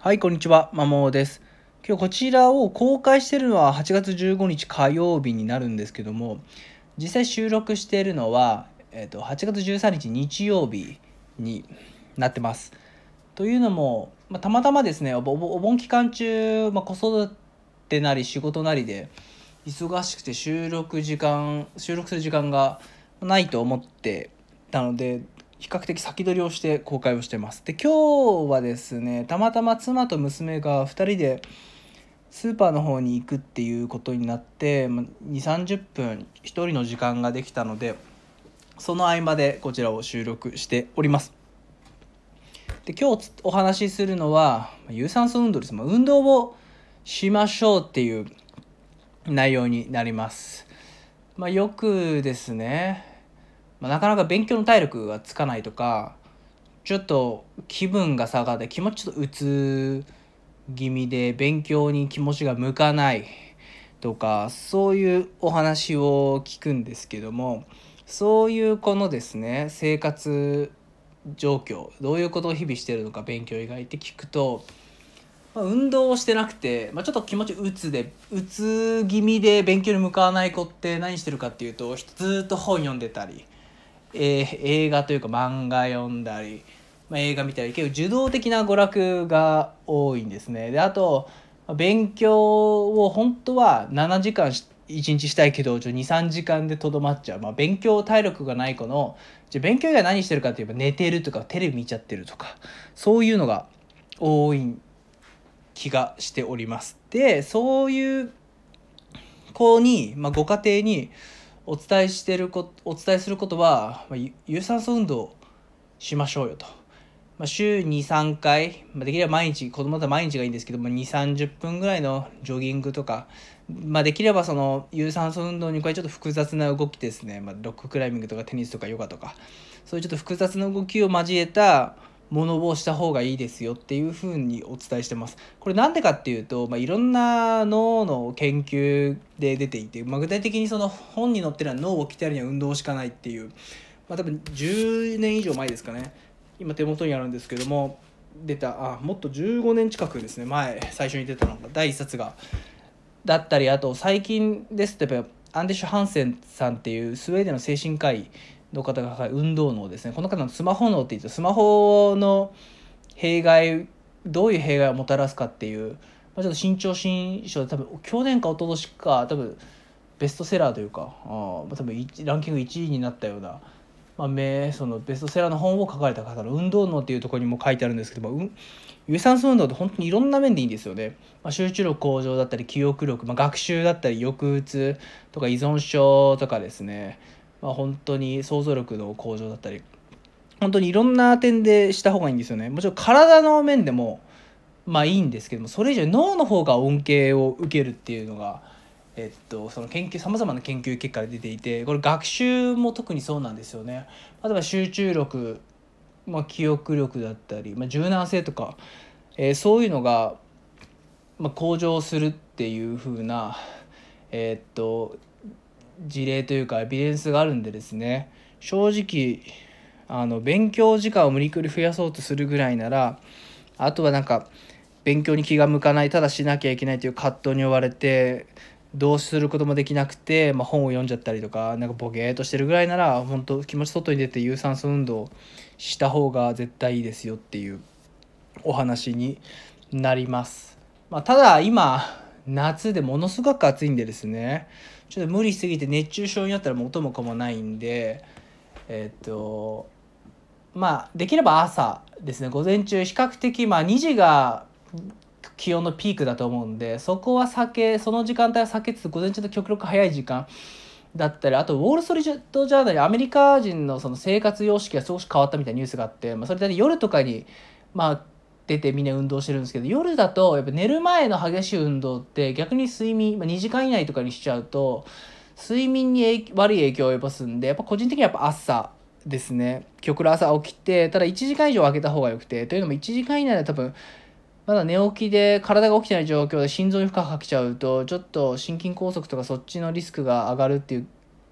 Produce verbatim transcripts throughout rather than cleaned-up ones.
はい、こんにちは。まもです。今日こちらを公開しているのははちがつじゅうごにち火曜日になるんですけども、実際収録しているのは、えー、とはちがつじゅうさんにち日曜日になってます。というのも、まあ、たまたまですね、お盆お盆期間中、まあ、子育てなり仕事なりで忙しくて収録時間、収録する時間がないと思ってたので、比較的先取りをして公開をしてます。で、今日はですね、たまたま妻と娘がふたりでスーパーの方に行くっていうことになって、にじゅう、さんじゅっぷんひとりの時間ができたので、その合間でこちらを収録しております。で、今日お話しするのは有酸素運動です。運動をしましょうっていう内容になります。まあ、よくですね、まあ、なかなか勉強の体力がつかないとか、ちょっと気分が下がって気持ちちょっとうつ気味で勉強に気持ちが向かないとか、そういうお話を聞くんですけども、そういうこのですね、生活状況、どういうことを日々してるのか勉強以外って聞くと、まあ、運動をしてなくて、まあ、ちょっと気持ちうつでうつ気味で勉強に向かわない子って何してるかっていうと、ずっと本読んでたり、えー映画というか漫画読んだり、まあ、映画見たり、結構受動的な娯楽が多いんですね。で、あと勉強を本当はななじかんいちにちしたいけどにさんじかんでとどまっちゃう、まあ、勉強体力がない子の、じゃ勉強以外何してるかっていえば寝てるとかテレビ見ちゃってるとか、そういうのが多い気がしております。で、そういう子に、まあ、ご家庭にお伝えしてるこお伝えすることは、まあ、有酸素運動しましょうよと。まあ、週に、さんかい、まあ、できれば毎日、子供だったら毎日がいいんですけども、に、さんじゅっぷんぐらいのジョギングとか、まあ、できればその有酸素運動に加えちょっと複雑な動きですね、まあ、ロッククライミングとかテニスとかヨガとか、そういうちょっと複雑な動きを交えたものをした方がいいですよっていうふうにお伝えしてます。これなんでかっていうと、まあ、いろんな脳の研究で出ていて、まあ、具体的にその本に載ってるのは脳を鍛えるには運動しかないっていう、まあ、多分じゅうねん以上前ですかね、今手元にあるんですけども、出た、あもっとじゅうごねん近くですね前、最初に出たのがだいいっさつがだったり、あと最近ですとやっぱアンデシュ・ハンセンさんっていうスウェーデンの精神科医の方が書かれる運動脳ですね。この方のスマホ脳って言うと、スマホの弊害、どういう弊害をもたらすかっていう、まあ、ちょっと新潮新書で多分去年か一昨年か多分ベストセラーというか、あ多分ランキングいちいになったような、まあ、そのベストセラーの本を書かれた方の運動脳っていうところにも書いてあるんですけども、うん、有酸素運動って本当にいろんな面でいいんですよね。まあ、集中力向上だったり記憶力、まあ、学習だったり抑うつとか依存症とかですね、まあ、本当に想像力の向上だったり、本当にいろんな点でした方がいいんですよね。もちろん体の面でもまあいいんですけども、それ以上に脳の方が恩恵を受けるっていうのが、えっと、その研究、さまざまな研究結果で出ていて、これ学習も特にそうなんですよね。例えば集中力、まあ、記憶力だったり、まあ、柔軟性とか、えーそういうのが、まあ、向上するっていう風な、えっと事例というかエビデンスがあるんでですね、正直あの勉強時間を無理くり増やそうとするぐらいなら、あとはなんか勉強に気が向かない、ただしなきゃいけないという葛藤に追われてどうすることもできなくて、まあ、本を読んじゃったりとか、なんかボケーっとしてるぐらいなら、本当気持ち外に出て有酸素運動した方が絶対いいですよっていうお話になります。まあ、ただ今夏でものすごく暑いんでですね、ちょっと無理しすぎて熱中症になったら元も子もないんで、えっとまあできれば朝ですね、午前中比較的、まあにじが気温のピークだと思うんで、そこは避け、その時間帯は避けつつ、午前中の極力早い時間だったり、あとウォール・ストリート・ジャーナル、アメリカ人のその生活様式が少し変わったみたいなニュースがあって、まあ、それで夜とかにまあ出てみんな運動してるんですけど、夜だとやっぱ寝る前の激しい運動って逆に睡眠、まあ、にじかん以内とかにしちゃうと睡眠に悪い影響を及ぼすんで、やっぱ個人的にはやっぱ朝ですね、極論朝起きて、ただいちじかん以上空けた方がよくて、というのもいちじかん以内で多分まだ寝起きで体が起きてない状況で心臓に負荷かけちゃうと、ちょっと心筋梗塞とかそっちのリスクが上がるっていう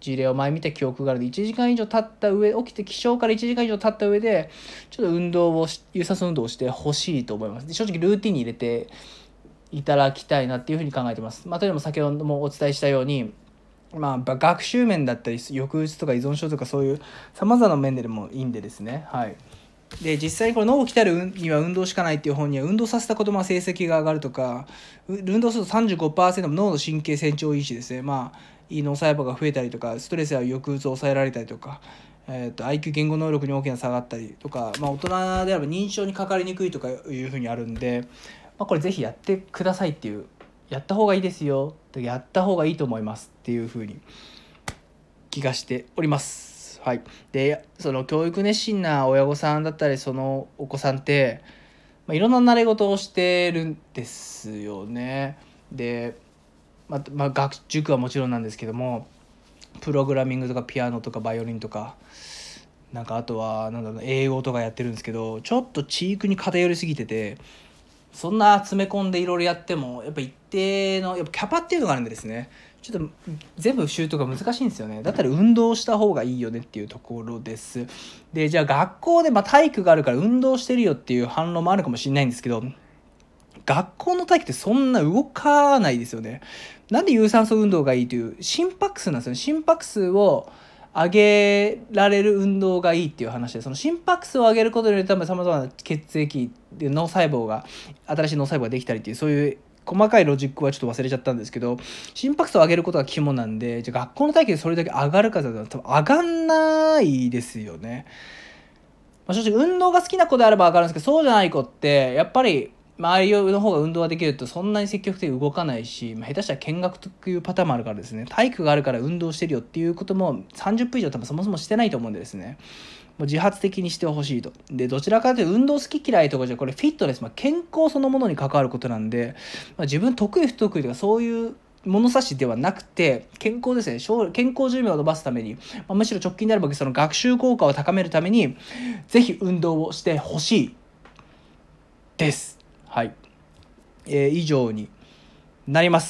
事例を前見た記憶があるので、いちじかん以上経った上、起きて起床からいちじかん以上経った上でちょっと運動を有酸素運動をしてほしいと思います。で正直ルーティンに入れていただきたいなっていうふうに考えてます。まあ、というのも先ほどもお伝えしたように、まあ、学習面だったり抑うつとか依存症とかそういうさまざまな面でもいいんでですね、はい、で実際にこの脳を鍛えるには運動しかないっていう本には、運動させた子供は成績が上がるとか、運動すると さんじゅうごパーセント の脳の神経線長維持ですね、まあ、いい脳細胞が増えたりとか、ストレスや抑うつを抑えられたりとか、えー、と アイキュー 言語能力に大きな差があったりとか、まあ、大人であれば認知症にかかりにくいとかいうふうにあるんで、まあ、これぜひやってくださいっていう、やった方がいいですよ、やった方がいいと思いますっていうふうに気がしております。はい、でその教育熱心な親御さんだったり、そのお子さんって、まあ、いろんな習い事をしてるんですよね。で、まあまあ、学塾はもちろんなんですけども、プログラミングとかピアノとかバイオリンとか、なんかあとはなんだろう、英語とかやってるんですけど、ちょっと知育に偏りすぎてて、そんな詰め込んでいろいろやってもやっぱ一定のやっぱキャパっていうのがあるんでですね、ちょっと全部習得が難しいんですよね。だったら運動した方がいいよねっていうところです。でじゃあ学校でまあ体育があるから運動してるよっていう反論もあるかもしれないんですけど、学校の体育ってそんな動かないですよね。なんで有酸素運動がいいという心拍数なんですよね。心拍数を上げられる運動がいいっていう話で、その心拍数を上げることによってさまざまな血液で脳細胞が新しい脳細胞ができたりっていう、そういう細かいロジックはちょっと忘れちゃったんですけど、心拍数を上げることが肝なんで、じゃあ学校の体育でそれだけ上がるかというと多分上がんないですよね。まあ、正直運動が好きな子であれば上がるんですけど、そうじゃない子ってやっぱり周りの方が運動ができるとそんなに積極的に動かないし、まあ、下手したら見学というパターンもあるからですね、体育があるから運動してるよっていうこともさんじゅっぷん以上多分そもそもしてないと思うんでですね、もう自発的にしてほしいと。でどちらかというと運動好き嫌いとかじゃ、これフィットネス、まあ、健康そのものに関わることなんで、まあ、自分得意不得意とかそういう物差しではなくて、健康ですね、健康寿命を伸ばすために、まあ、むしろ直近であればその学習効果を高めるためにぜひ運動をしてほしいです。はい、えー、以上になります。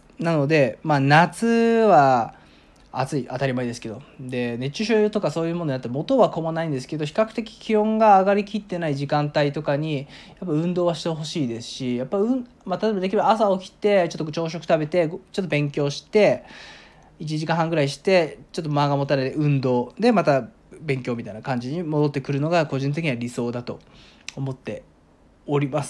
なので、まあ、夏は暑い当たり前ですけど、で熱中症とかそういうものやって元は子もないんですけど、比較的気温が上がりきってない時間帯とかにやっぱ運動はしてほしいですし、やっぱ、うんまあ、例えばできれば朝起きてちょっと朝食食べてちょっと勉強していちじかんはんぐらいしてちょっと間が持たれて運動でまた勉強みたいな感じに戻ってくるのが個人的には理想だと思っております。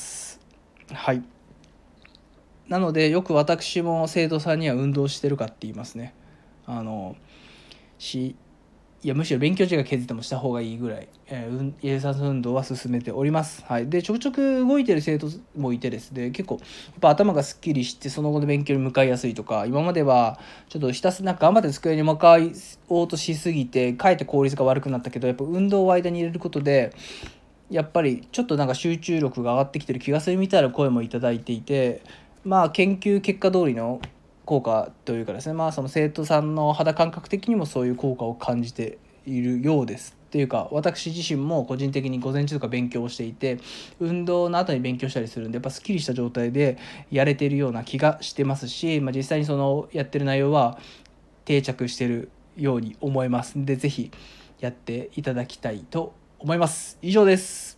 はい、なのでよく私も生徒さんには運動してるかって言いますね。あのしいやむしろ勉強時間削ってもした方がいいぐらい、えー、有酸素運動は進めております。はい、でちょくちょく動いてる生徒もいてですね、結構やっぱ頭がすっきりしてその後の勉強に向かいやすいとか、今まではちょっとひたすらなんか頑張って机に向かおうとしすぎてかえって効率が悪くなったけど、やっぱ運動を間に入れることでやっぱりちょっとなんか集中力が上がってきてる気がするみたいな声もいただいていて、まあ研究結果通りの効果というかですね、まあその生徒さんの肌感覚的にもそういう効果を感じているようです。っていうか私自身も個人的に午前中とか勉強をしていて、運動の後に勉強したりするんでやっぱすっきりした状態でやれているような気がしてますし、まあ、実際にそのやってる内容は定着しているように思いますんで、ぜひやっていただきたいと思います。以上です。